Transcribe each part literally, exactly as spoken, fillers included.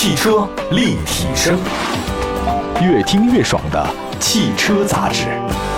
汽车立体声，越听越爽的汽车杂志。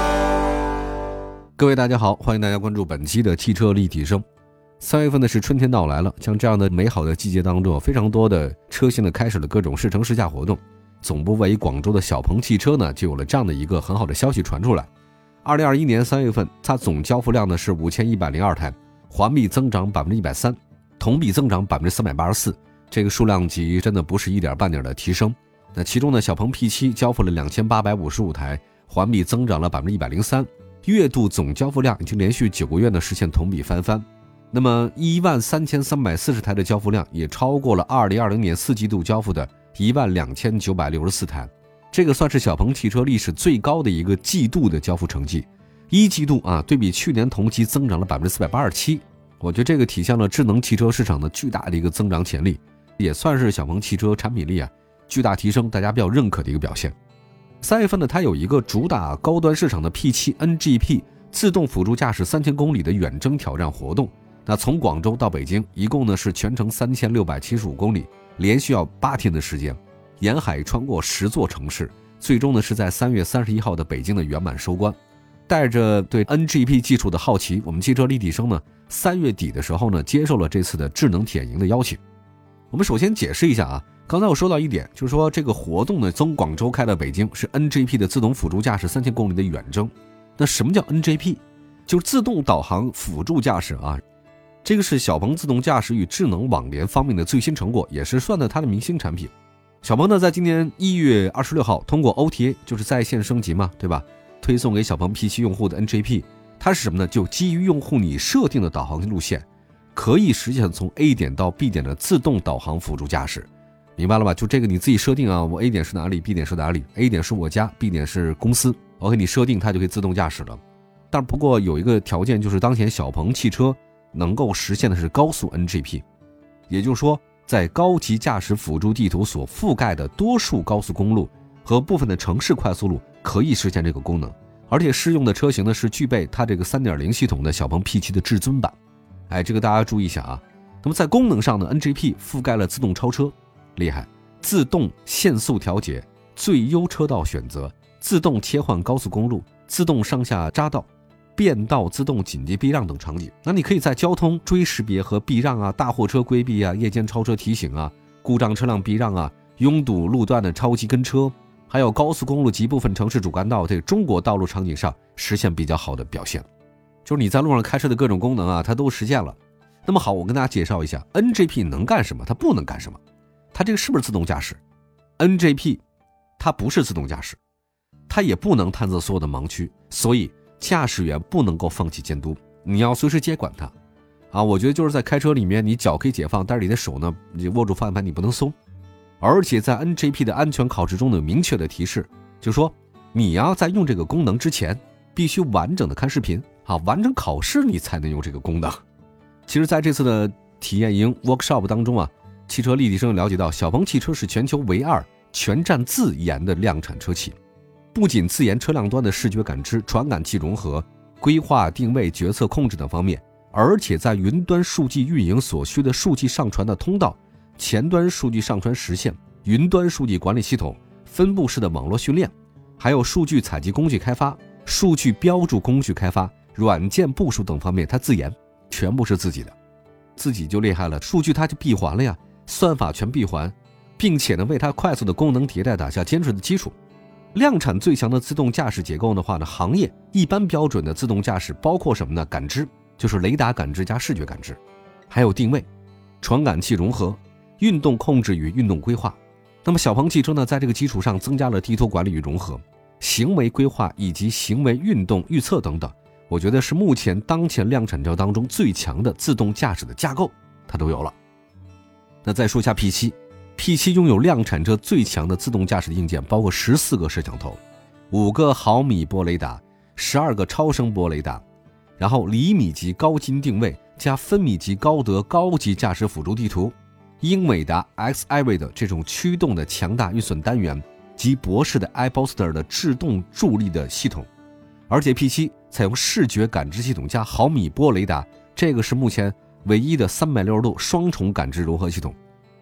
各位大家好，欢迎大家关注本期的汽车立体声。三月份呢是春天到来了，像这样的美好的季节当中，非常多的车型呢开始了各种试乘试驾活动。总部位于广州的小鹏汽车呢，就有了这样的一个很好的消息传出来。二零二一年三月份，它总交付量呢是五千一百零二台，环比增长百分之一百三，同比增长百分之三百八十四。这个数量级真的不是一点半点的提升。那其中呢，小鹏 P 七 交付了两千八百五十五台，环比增长了百分之一百零三，月度总交付量已经连续九个月呢实现同比翻番。那么一万三千三百四十台的交付量也超过了二零二零年四季度交付的一万两千九百六十四台，这个算是小鹏汽车历史最高的一个季度的交付成绩。一季度啊，对比去年同期增长了百分之四百八十七，我觉得这个体现了智能汽车市场的巨大的一个增长潜力，也算是小鹏汽车产品力啊巨大提升，大家比较认可的一个表现。三月份呢，它有一个主打高端市场的 P 七 N G P 自动辅助驾驶三千公里的远征挑战活动。那从广州到北京，一共呢是全程三千六百七十五公里，连续要八天的时间，沿海穿过十座城市，最终呢是在三月三十一号的北京的圆满收官。带着对 N G P 技术的好奇，我们汽车立体声呢，三月底的时候呢，接受了这次的智能舔营的邀请。我们首先解释一下啊，刚才我说到一点，就是说这个活动呢，从广州开到北京是 N G P 的自动辅助驾驶三千公里的远征。那什么叫 N G P？ 就是自动导航辅助驾驶啊。这个是小鹏自动驾驶与智能网联方面的最新成果，也是算的它的明星产品。小鹏呢，在今年一月二十六号通过 O T A， 就是在线升级嘛，对吧？推送给小鹏 P 七 用户的 N G P， 它是什么呢？就基于用户你设定的导航路线，可以实现从 A 点到 B 点的自动导航辅助驾驶。明白了吧？就这个你自己设定啊，我 A 点是哪里 B 点是哪里， A 点是我家 B 点是公司， OK， 你设定它就可以自动驾驶了。但不过有一个条件，就是当前小鹏汽车能够实现的是高速 N G P， 也就是说在高级驾驶辅助地图所覆盖的多数高速公路和部分的城市快速路可以实现这个功能，而且适用的车型呢是具备它这个 三点零 系统的小鹏 P 七 的至尊版。哎，这个大家注意一下啊。那么在功能上呢， N G P 覆盖了自动超车，厉害，自动限速调节、最优车道选择、自动切换高速公路、自动上下匝道、变道自动紧急避让等场景。那你可以在交通追识别和避让啊、大货车规避啊、夜间超车提醒啊、故障车辆避让啊、拥堵路段的超级跟车，还有高速公路及部分城市主干道这个中国道路场景上实现比较好的表现。就是你在路上开车的各种功能啊，它都实现了。那么好，我跟大家介绍一下 N G P 能干什么，它不能干什么。它这个是不是自动驾驶？ N G P 它不是自动驾驶，它也不能探测所有的盲区，所以驾驶员不能够放弃监督，你要随时接管它啊。我觉得就是在开车里面，你脚可以解放，但是你的手呢，你握住方向盘你不能松。而且在 N G P 的安全考试中有明确的提示，就是说你要在用这个功能之前必须完整的看视频啊，完成考试你才能用这个功能。其实在这次的体验营 workshop 当中啊，汽车立体声了解到，小鹏汽车是全球唯二全站自研的量产车企，不仅自研车辆端的视觉感知、传感器融合、规划定位、决策控制等方面，而且在云端数据运营所需的数据上传的通道、前端数据上传实现、云端数据管理系统、分布式的网络训练，还有数据采集工具开发、数据标注工具开发、软件部署等方面，它自研，全部是自己的，自己就厉害了。数据它就闭环了呀，算法全闭环，并且呢为它快速的功能迭代打下坚实的基础。量产最强的自动驾驶结构的话呢，行业一般标准的自动驾驶包括什么呢？感知，就是雷达感知加视觉感知，还有定位、传感器融合、运动控制与运动规划。那么小鹏汽车呢，在这个基础上增加了地图管理与融合、行为规划以及行为运动预测等等，我觉得是目前当前量产车当中最强的自动驾驶的架构，它都有了。那再说一下 P 七， P 七 拥有量产车最强的自动驾驶的硬件，包括十四个摄像头、五个毫米波雷达、十二个超声波雷达，然后厘米级高精定位加分米级高德高级驾驶辅助地图，英伟达 X Ivy 的这种驱动的强大运算单元及博士的 iBooster 的制动助力的系统。而且 P 七 采用视觉感知系统加毫米波雷达，这个是目前唯一的三百六十度双重感知融合系统。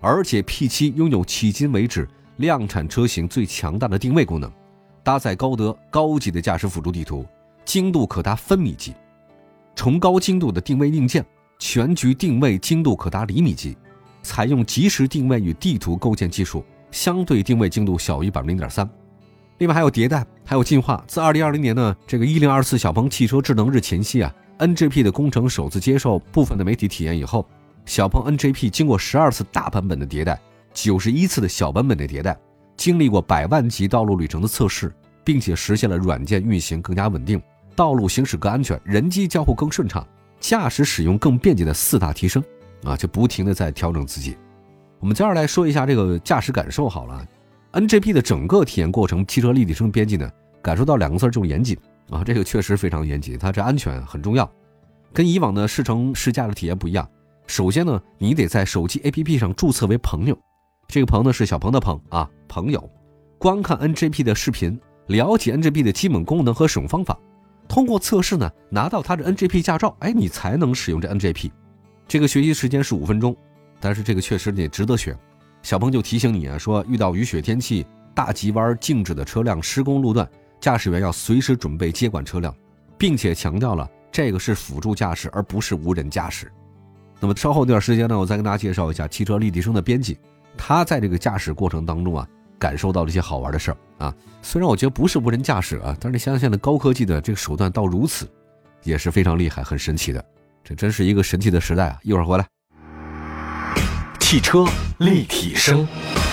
而且 P 七 拥有迄今为止量产车型最强大的定位功能，搭载高德高级的驾驶辅助地图，精度可达分米级，崇高精度的定位硬件，全局定位精度可达厘米级，采用即时定位与地图构建技术，相对定位精度小于 百分之零点三。 另外还有迭代，还有进化。自二零二零年呢这个一零二四小鹏汽车智能日前夕啊 N G P 的工程首次接受部分的媒体体验以后，小鹏 N G P 经过十二次大版本的迭代，九十一次的小版本的迭代，经历过百万级道路旅程的测试，并且实现了软件运行更加稳定，道路行驶更安全，人机交互更顺畅，驾驶使用更便捷的四大提升啊，就不停的在调整自己。我们接着来说一下这个驾驶感受好了。 N G P 的整个体验过程，汽车立体声编辑呢感受到两个字就是严谨啊，这个确实非常严谨，它这安全很重要，跟以往的试乘试驾的体验不一样。首先呢，你得在手机 A P P 上注册为朋友，这个朋呢是小鹏的朋啊，朋友，观看 N G P 的视频，了解 N G P 的基本功能和使用方法，通过测试呢拿到它的 N G P 驾照，哎，你才能使用这 N G P。这个学习时间是五分钟，但是这个确实得值得学。小鹏就提醒你啊，说遇到雨雪天气、大急弯、静止的车辆、施工路段，驾驶员要随时准备接管车辆，并且强调了这个是辅助驾驶而不是无人驾驶。那么稍后这段时间呢，我再跟大家介绍一下汽车立体声的编辑，他在这个驾驶过程当中啊感受到了一些好玩的事儿啊。虽然我觉得不是无人驾驶啊，但是你想想现在高科技的这个手段到如此，也是非常厉害很神奇的，这真是一个神奇的时代啊。一会儿回来。 汽车立体声，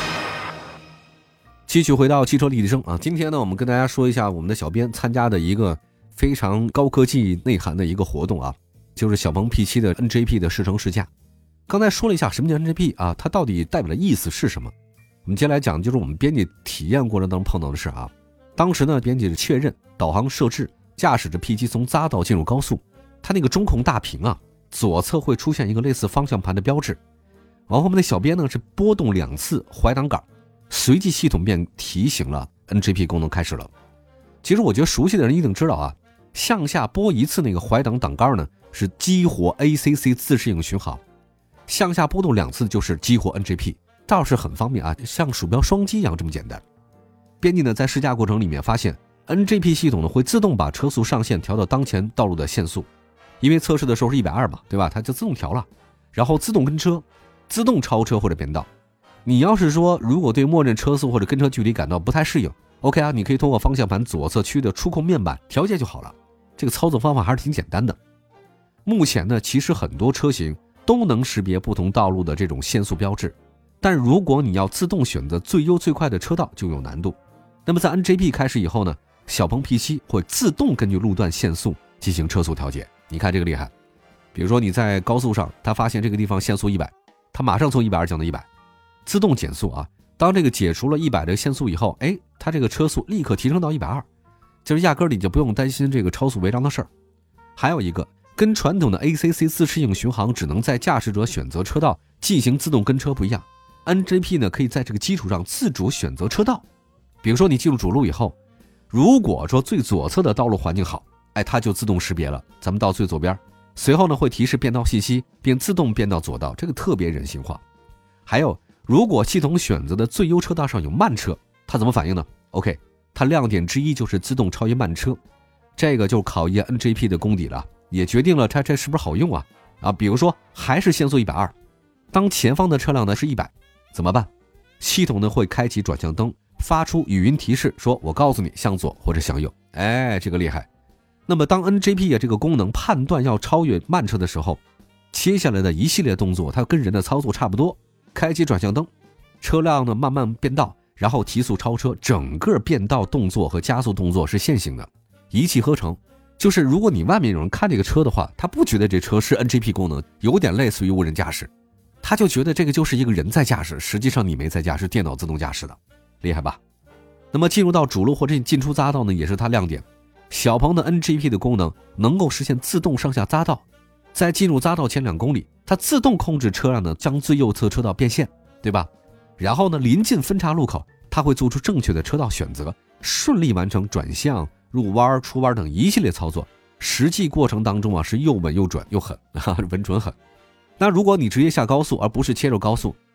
继续回到汽车立体声啊。今天呢，我们跟大家说一下我们的小编参加的一个非常高科技内涵的一个活动啊，就是小鹏 P 七 的 N G P 的试乘试驾。刚才说了一下什么叫 N G P 啊，它到底代表的意思是什么？我们接下来讲就是我们编辑体验过程当中碰到的事啊。当时呢，编辑是确认导航设置，驾驶着 P 七 从匝道进入高速，它那个中控大屏啊，左侧会出现一个类似方向盘的标志。然后我们的小编呢是拨动两次怀档杆，随即系统便提醒了 N G P 功能开始了。其实我觉得熟悉的人一定知道啊，向下拨一次那个怀档档杆呢是激活 A C C 自适应巡航，向下拨动两次就是激活 N G P， 倒是很方便啊，像鼠标双击一样这么简单。编辑呢在试驾过程里面发现 N G P 系统呢会自动把车速上限调到当前道路的限速，因为测试的时候是一百二十嘛，对吧？它就自动调了，然后自动跟车，自动超车或者变道。你要是说如果对默认车速或者跟车距离感到不太适应 OK 啊，你可以通过方向盘左侧区的触控面板调节就好了，这个操作方法还是挺简单的。目前呢，其实很多车型都能识别不同道路的这种限速标志，但如果你要自动选择最优最快的车道就有难度。那么在 N G P 开始以后呢，小鹏 P 七 会自动根据路段限速进行车速调节。你看这个厉害，比如说你在高速上，它发现这个地方限速一百，它马上从一百二降到一百，自动减速啊。当这个解除了一百的限速以后，哎，它这个车速立刻提升到一百二，就是压根儿你就不用担心这个超速违章的事儿。还有一个，跟传统的 A C C 自适应巡航只能在驾驶者选择车道进行自动跟车不一样， N G P 呢可以在这个基础上自主选择车道。比如说你进入主路以后，如果说最左侧的道路环境好，哎，它就自动识别了，咱们到最左边，随后呢会提示变道信息，并自动变到左道，这个特别人性化。还有，如果系统选择的最优车道上有慢车，它怎么反应呢？ OK， 它亮点之一就是自动超越慢车，这个就考验 N G P 的功底了，也决定了它这是不是好用啊啊！比如说还是限速一百二，当前方的车辆呢是一百，怎么办？系统呢会开启转向灯，发出语音提示，说我告诉你向左或者向右。哎，这个厉害。那么当 N G P 这个功能判断要超越慢车的时候，接下来的一系列动作它跟人的操作差不多，开启转向灯，车辆呢慢慢变道，然后提速超车，整个变道动作和加速动作是线性的，一气呵成。就是如果你外面有人看这个车的话，他不觉得这车是 N G P 功能，有点类似于无人驾驶，他就觉得这个就是一个人在驾驶，实际上你没在驾驶，电脑自动驾驶的，厉害吧？那么进入到主路或者进出匝道呢，也是它亮点。小鹏的 N G P 的功能能够实现自动上下匝道，在进入匝道前两公里，它自动控制车辆呢将最右侧车道变线，对吧？然后呢，临近分岔路口，它会做出正确的车道选择，顺利完成转向、入弯、出弯等一系列操作。实际过程当中啊，是又稳又准又狠，哈，稳准狠。那如果你直接下高速而不是切入高速，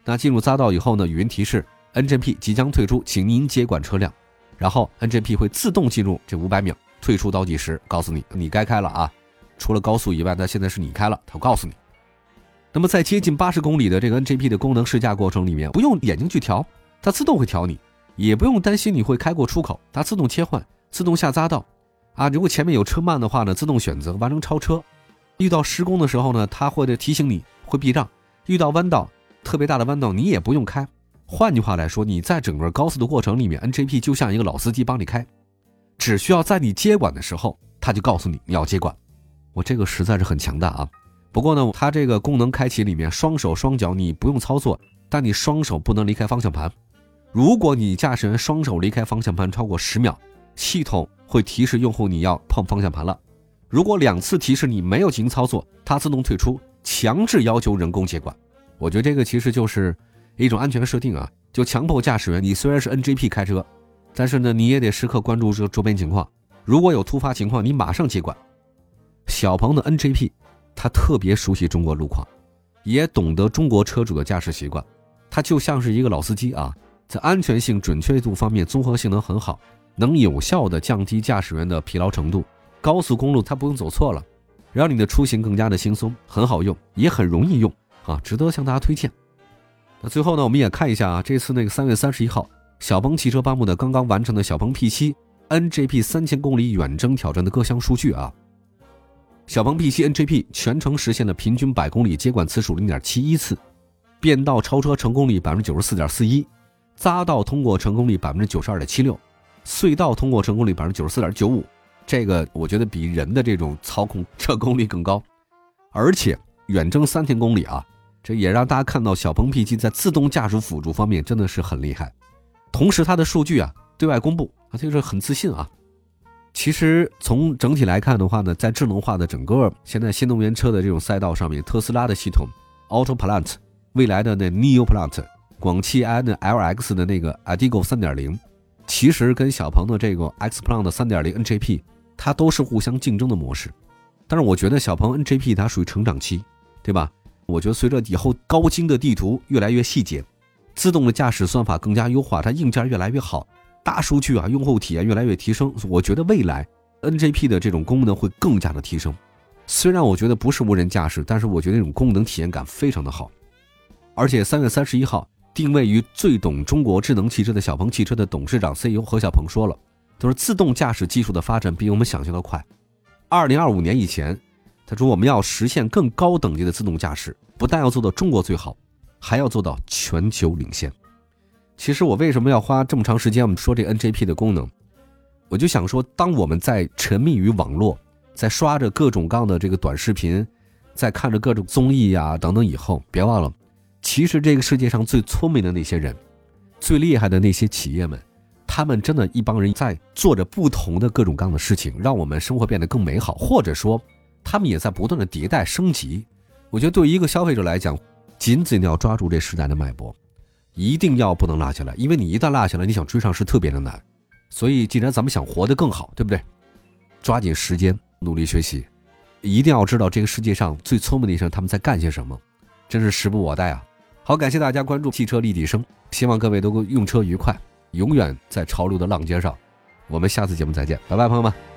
那进入匝道以后呢，语音提示 N G P 即将退出，请您接管车辆，然后 N G P 会自动进入这五百秒，退出倒计时，告诉你你该开了啊。除了高速以外，那现在是你开了，它告诉你。那么在接近八十公里的这个 N G P 的功能试驾过程里面，不用眼睛去调，它自动会调你，也不用担心你会开过出口，它自动切换，自动下匝道啊。如果前面有车慢的话呢，自动选择完成超车。遇到施工的时候呢，它会提醒你会避让。遇到弯道，特别大的弯道，你也不用开。换句话来说，你在整个高速的过程里面 ，N G P 就像一个老司机帮你开，只需要在你接管的时候，他就告诉你你要接管。我这个实在是很强大啊。不过呢，它这个功能开启里面，双手双脚你不用操作，但你双手不能离开方向盘。如果你驾驶员双手离开方向盘超过十秒，系统会提示用户你要碰方向盘了。如果两次提示你没有进行操作，它自动退出，强制要求人工接管。我觉得这个其实就是一种安全设定啊，就强迫驾驶员，你虽然是 N G P 开车，但是呢，你也得时刻关注这个周边情况，如果有突发情况，你马上接管。小鹏的 N G P他特别熟悉中国路况，也懂得中国车主的驾驶习惯，他就像是一个老司机啊，在安全性、准确度方面综合性能很好，能有效的降低驾驶员的疲劳程度。高速公路它不用走错了，让你的出行更加的轻松，很好用，也很容易用啊，值得向大家推荐。那最后呢，我们也看一下啊，这次那个三月三十一号，小鹏汽车发布的刚刚完成的小鹏 P 七 N G P 三千公里远征挑战的各项数据啊。小鹏 P 七 N G P 全程实现了平均百公里接管次数 零点七一 次，变道超车成功率 百分之九十四点四一， 匝道通过成功率 百分之九十二点七六， 隧道通过成功率 百分之九十四点九五， 这个我觉得比人的这种操控车功率更高。而且远征三千公里啊，这也让大家看到小鹏 P 七 在自动驾驶辅助方面真的是很厉害。同时它的数据啊对外公布啊，就是很自信啊。其实从整体来看的话呢，在智能化的整个现在新能源车的这种赛道上面，特斯拉的系统 Autopilot， 未来的那 NeoPilot， 广汽埃安的 L X 的那个 Adigo 三点零， 其实跟小鹏的这个 Xplan 三点零 N G P 它都是互相竞争的模式。但是我觉得小鹏 N G P 它属于成长期，对吧？我觉得随着以后高精的地图越来越细节，自动的驾驶算法更加优化，它硬件越来越好，大数据啊，用户体验越来越提升，我觉得未来 N G P 的这种功能会更加的提升。虽然我觉得不是无人驾驶，但是我觉得那种功能体验感非常的好。而且三月三十一号，定位于最懂中国智能汽车的小鹏汽车的董事长 C E O 何小鹏说了，他说自动驾驶技术的发展比我们想象的快。二零二五年以前，他说我们要实现更高等级的自动驾驶，不但要做到中国最好，还要做到全球领先。其实我为什么要花这么长时间我们说这个 N G P 的功能，我就想说，当我们在沉迷于网络，在刷着各种各样的这个短视频，在看着各种综艺啊等等以后，别忘了，其实这个世界上最聪明的那些人，最厉害的那些企业们，他们真的一帮人在做着不同的各种各样的事情，让我们生活变得更美好，或者说他们也在不断的迭代升级。我觉得对于一个消费者来讲，紧紧要抓住这时代的脉搏，一定要不能落下来，因为你一旦落下来，你想追上是特别的难。所以既然咱们想活得更好，对不对？抓紧时间努力学习，一定要知道这个世界上最聪明的人他们在干些什么，真是时不我待啊。好，感谢大家关注汽车立体声，希望各位都用车愉快，永远在潮流的浪尖上。我们下次节目再见，拜拜朋友们。